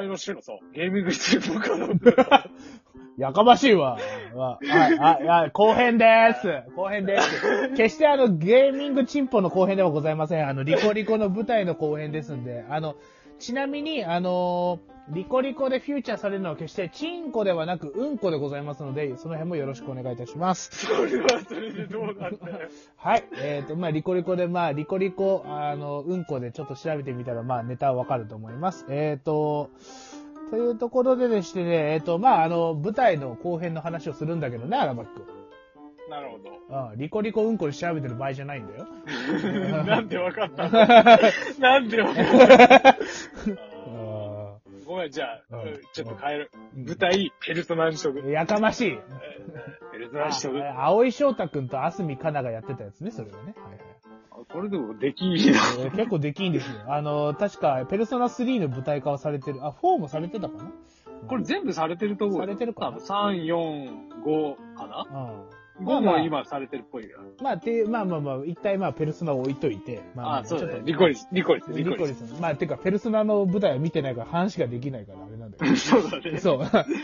の種のさ、ゲーミングチンポかな。 やかましいわ。後編でーす。後編です。決してゲーミングチンポの後編ではございません。リコリコの舞台の後編ですんで、ちなみに、リコリコでフューチャーされるのは決してチンコではなくうんこでございますので、その辺もよろしくお願いいたします。 それはそれでどうなんだよ。 はい。リコリコで、リコリコ、うんこでちょっと調べてみたら、ネタはわかると思います。というところででしてね、舞台の後編の話をするんだけどね、荒牧くん。 なるほど。 リコリコうんこで調べてる場合じゃないんだよ。 なんでわかったのなんでわかったごめん、じゃあ、ちょっと変える。舞台、ペルソナにしとく。 やかましい。 ペルソナにしとく。 青井翔太くんとあすみかながやってたやつね、それはね。はいはい。 これでもできんな。 結構できんですよ。確か、ペルソナ3の舞台化はされてる。4もされてたかな。 これ全部されてると思うよ。 されてるかな。 3、4、5かな。5も今されてるっぽいよ。 一体ペルソナを置いといて。 そうだね。リコリス。てか、ペルソナの舞台は見てないから話ができないからあれなんだけど。 そうだね。 そう。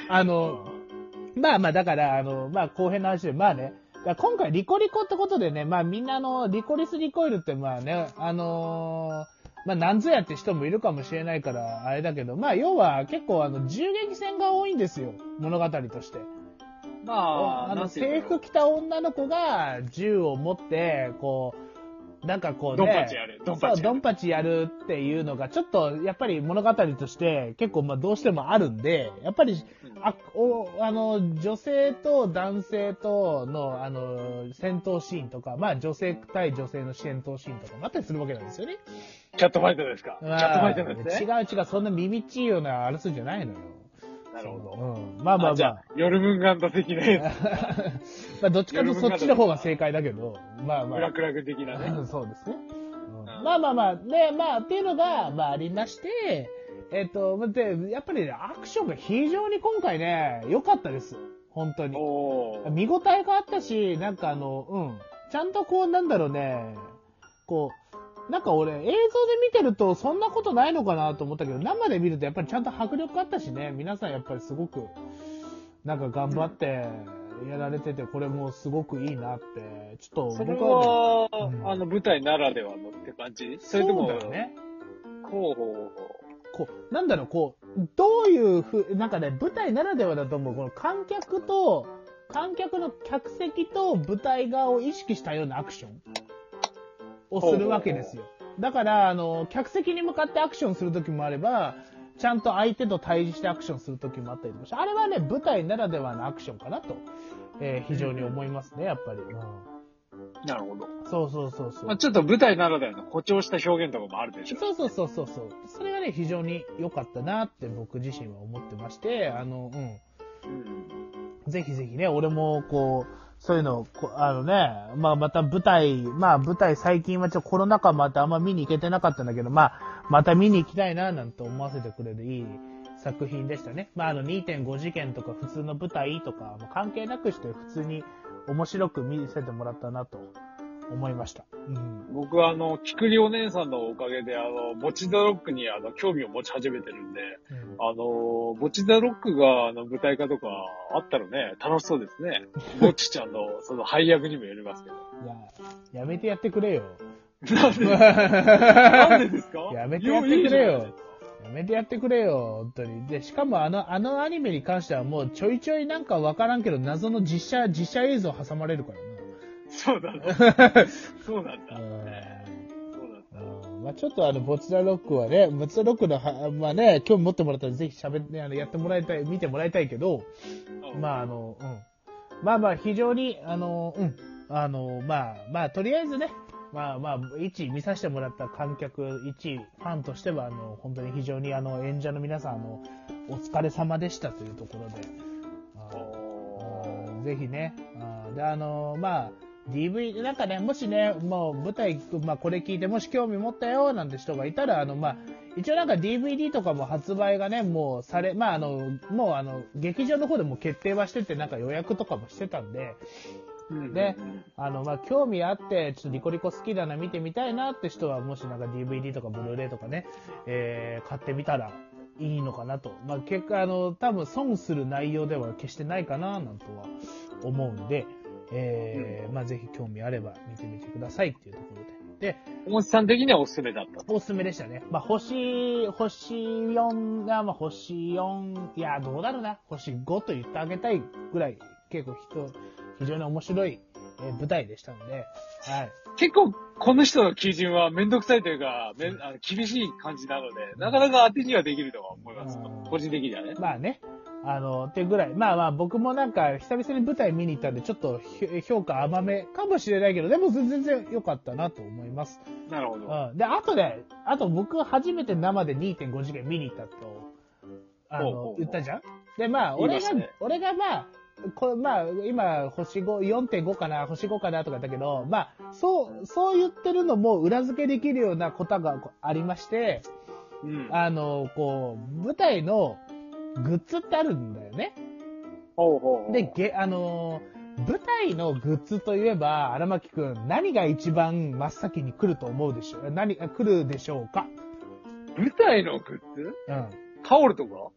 だから、後編の話で、今回リコリコってことでね、みんなリコリスリコイルってなんぞやって人もいるかもしれないから、あれだけど、要は結構銃撃戦が多いんですよ。物語として。制服着た女の子が銃を持って、ドンパチやるっていうのが、ちょっと、やっぱり物語として、結構、どうしてもあるんで、やっぱり、女性と男性との、戦闘シーンとか、女性対女性の戦闘シーンとかもあったりするわけなんですよね。 キャットファイトですか？キャットファイトですね。 違う、そんな耳っちいようなあれするんじゃないのよ。 なるほど。 じゃあ、夜ムンガンダ的なやつ。どっちかとそっちの方が正解だけど、 ブラクラク的なね。 そうですね。で、っていうのが、ありまして、で、やっぱりね、アクションが非常に今回ね、良かったです。本当に。見応えがあったし、ちゃんと俺、映像で見てるとそんなことないのかなと思ったけど、生で見るとやっぱりちゃんと迫力あったしね、皆さんやっぱりすごく、頑張ってやられてて、これもすごくいいなって、ちょっと僕は、舞台ならではのって感じ？それとも、 そうだよね。どういう舞台ならではだと思う。この観客の客席と舞台側を意識したようなアクションをするわけですよ。だから、客席に向かってアクションするときもあれば、ちゃんと相手と対峙してアクションするときもあったりとかして、あれはね、舞台ならではのアクションかなと、非常に思いますね、やっぱり。 なるほど。 そう。 ちょっと舞台ならではの誇張した表現とかもあるでしょ。 そう。それがね、非常に良かったなって僕自身は思ってまして、ぜひぜひね、俺もそういうの、また舞台最近はコロナ禍もあってあんま見に行けてなかったんだけど、また見に行きたいななんて思わせてくれるいい作品でしたね。2.5 次元とか普通の舞台とか関係なくして普通に面白く見せてもらったなと思いました。 僕はキクリお姉さんのおかげでボチザロックに興味を持ち始めてるんで、ボチザロックが舞台化とかあったらね、楽しそうですね。ボッチちゃんのその配役にもよりますけど。 やめてやってくれよ。 なんでですか？ やめてやってくれよ。やめてやってくれよ、本当に。で、しかもあのアニメに関してはもうちょいちょいわからんけど謎の実写映像挟まれるからな。 そうだね。そうなんだ。 ちょっとボチザロックはね、ボチザロックの、興味持ってもらったらぜひやってもらいたい、見てもらいたいけど、非常に、とりあえずね、一見させてもらった観客、一ファンとしては、本当に非常に演者の皆さん、お疲れ様でしたというところで、ぜひね、で、DVD、もしね、もう舞台、これ聞いて、もし興味持ったよ、なんて人がいたら、一応DVD とかも発売がね、もう劇場の方でも決定はしてて、予約とかもしてたんで、で、興味あって、ちょっとリコリコ好きだな、見てみたいなって人は、もしDVD とかブルーレイとかね、買ってみたら、 いいのかなと。まあ、結果、多分損する内容では決してないかな、なんとは思うんで、まあ、ぜひ興味あれば見てみてくださいっていうところで。で、 大内さん的にはおすすめだった。 おすすめでしたね。まあ、星4が、まあ、星4、いや、どうだろうな。星5と言ってあげたいぐらい、結構非常に面白い舞台でしたので、はい。 結構、この人の基準はめんどくさいというか、厳しい感じなので、なかなか当てにはできるとは思います。個人的にはね。 まあね。ってぐらい。まあまあ僕もなんか久々に舞台見に行ったんでちょっと評価甘めかもしれないけど、でも全然良かったなと思います。 なるほど。 で、あと僕初めて生で 2.5 次元見に行ったと、言ったじゃん。で、まあ俺がまあ、まあ、今、星5、4.5 かな、星5かなとかだけど、まあ、そう言ってるのも裏付けできるようなことがありまして、 うん、 舞台のグッズってあるんだよね。で、舞台のグッズといえば、荒牧くん、何が一番真っ先に来ると思うでしょう？来るでしょうか？ 舞台のグッズ？うん。タオルとか？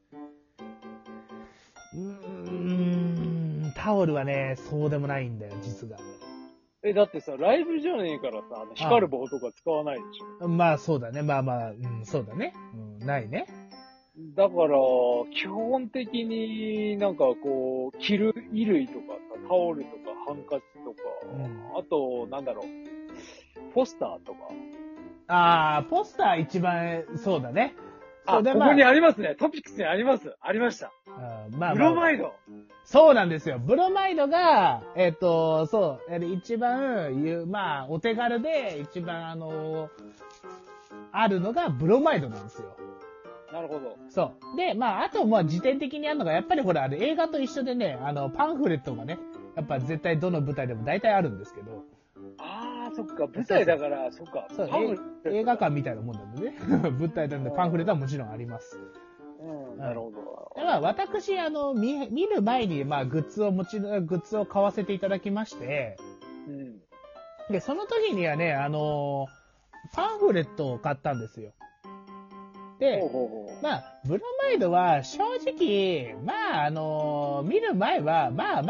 タオルはね、そうでもないんだよ、実が。 だってさ、ライブじゃねえからさ、光る棒とか使わないでしょ。 まあそうだね。まあ、そうだね。ないね。 だから、基本的になんかこう、着る衣類とかさ、タオルとかハンカチとか、あと、なんだろう、ポスターとか。 ポスター一番、そうだね。 ここにありますね。トピックスにあります。ありました。ブロマイド。 そうなんですよ。ブロマイドが、一番、まあ、お手軽で、一番あるのがブロマイドなんですよ。 なるほど。 そう。で、まあ、あと、まあ、時点的にあるのが、やっぱりほら、映画と一緒でね、パンフレットがね、やっぱ絶対どの舞台でも大体あるんですけど。 そっか、舞台だから、そっか。 そう、映画館みたいなもんなんでね。舞台なんでパンフレットはもちろんあります。 なるほど。 まあ、私、見る前に、まあ、グッズを買わせていただきまして、で、その時にはね、パンフレットを買ったんですよ。で、まあ、ブロマイドは正直、まあ、見る前は、まあ、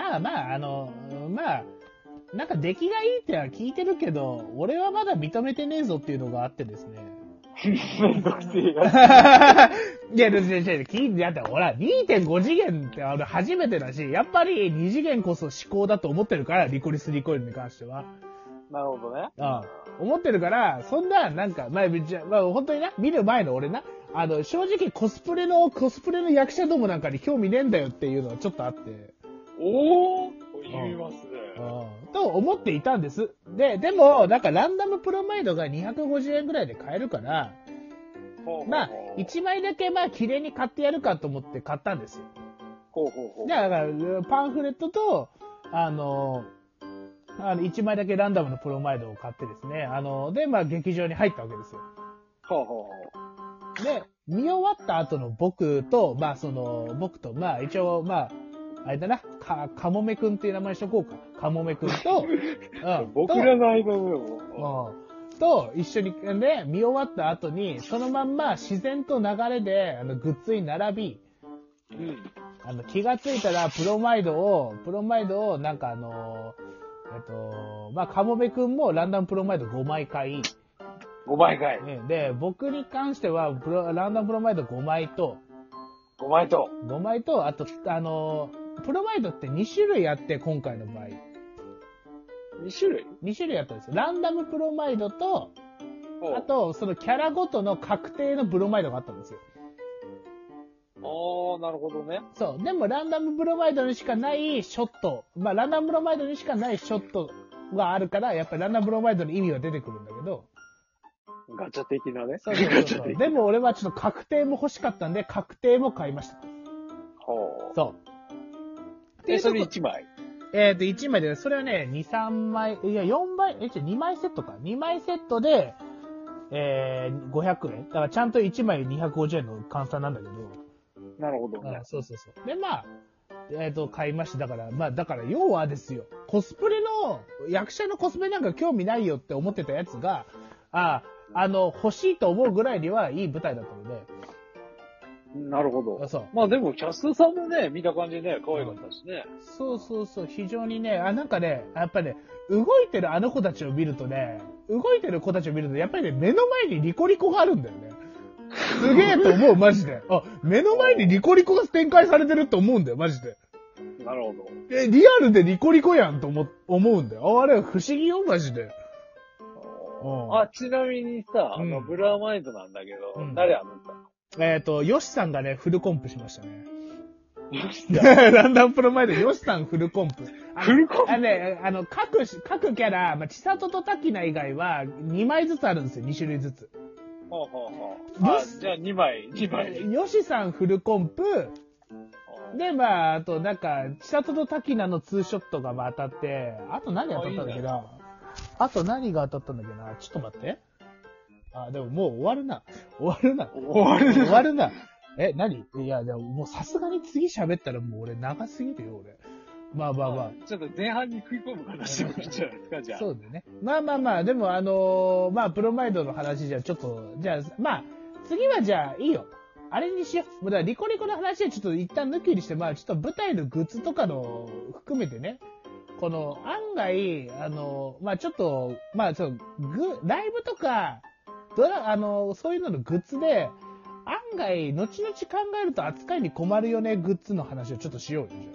なんか出来がいいっては聞いてるけど、俺はまだ認めてねえぞっていうのがあってですね。 めんどくせえや。 いや、だってほら、2.5 次元って初めてだし、やっぱり2次元こそ思考だと思ってるから、リコリス・リコイルに関しては。 なるほどね。 思ってるから、そんな、なんか、まあ、本当にな、見る前の俺な、正直コスプレの役者どもなんかに興味ねえんだよっていうのはちょっとあって。 言いますね。 と思っていたんです。でも、なんかランダムプロマイドが250円ぐらいで買えるから、まあ、1枚だけまあ、綺麗に買ってやるかと思って買ったんですよ。だから、パンフレットと、1枚だけランダムのプロマイドを買ってですね、で、まあ、劇場に入ったわけですよ。で、見終わった後の僕と、まあ、まあ、一応、まあ、あれだな、かもめくんっていう名前にしとこうか。かもめくんと、 僕らの間のと、一緒にね、見終わった後に、そのまんま自然と流れで、グッズに並び、気がついたら、プロマイドを、なんかまあ、かもめくんもランダムプロマイド5枚買い。 5枚買い。 で、僕に関しては、ランダムプロマイド5枚と、あと、プロマイドって2種類あって、今回の場合。 2種類 ?2 種類あったんですよ。ランダムプロマイドと、あと、そのキャラごとの確定のプロマイドがあったんですよ。 なるほどね。 そう。でも、ランダムプロマイドにしかないショット。まあ、ランダムプロマイドにしかないショットがあるから、やっぱりランダムプロマイドの意味が出てくるんだけど。 ガチャ的なね。 そう。でも、俺はちょっと確定も欲しかったんで、確定も買いました。そう。 それ1枚 1枚で、それはね、2、3枚、いや、4枚、2枚セットか。2枚セットで、500円。だからちゃんと1枚250円の換算なんだけど。 なるほどね。 そう。で、まあ、買いました。だから、要はですよ。役者のコスプレなんか興味ないよって思ってたやつが、欲しいと思うぐらいにはいい舞台だったので。 なるほど。 そう。 まあでも、キャストさんもね、見た感じね、可愛かったしね。 そうそうそう、非常にね、なんかね、やっぱね、動いてるあの子たちを見るとね、やっぱりね、目の前にリコリコがあるんだよね。すげえと思う、マジで。目の前にリコリコが展開されてると思うんだよ、マジで。 なるほど。 リアルでリコリコやんと思うんだよ。あれ、不思議よ、マジで。 ちなみにさ、ブラマイドなんだけど、誰あったヨシさんがね、フルコンプしましたね。 ヨシさんランダムプロマイド、ヨシさんフルコンプ。 フルコンプ各キャラ、千里と滝名以外は2枚ずつあるんですよ、2種類ずつ。じゃあ2枚。 ヨシさんフルコンプ、で、あと、なんか、千里と滝名のツーショットが当たって、あと何当たったんだっけな。あと何が当たったんだっけな。ちょっと待って。でももう終わるな。何いや、でももうさすがに次喋ったらもう俺長すぎるよ、俺。まあ。 ちょっと前半に食い込む話もいいんじゃないですか、じゃあ。 そうだね。でもプロマイドの話じゃちょっと、じゃあ、次はじゃあいいよ。あれにしよう。もうだからリコリコの話はちょっと一旦抜きにして、ちょっと舞台のグッズとかの含めてね、この案外、ちょっと、ライブとか、そういうののグッズで、案外、後々考えると扱いに困るよね、グッズの話をちょっとしようよ、じ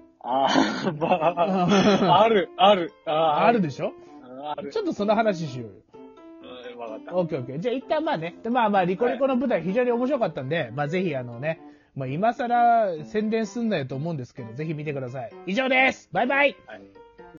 ゃあ。ある。 あるでしょ？ ある。 ちょっとその話しようよ。 わかった。 オッケー。じゃあ一旦リコリコの舞台非常に面白かったんで、ぜひ今更宣伝すんなよと思うんですけど、ぜひ見てください。以上です。バイバイ。 はい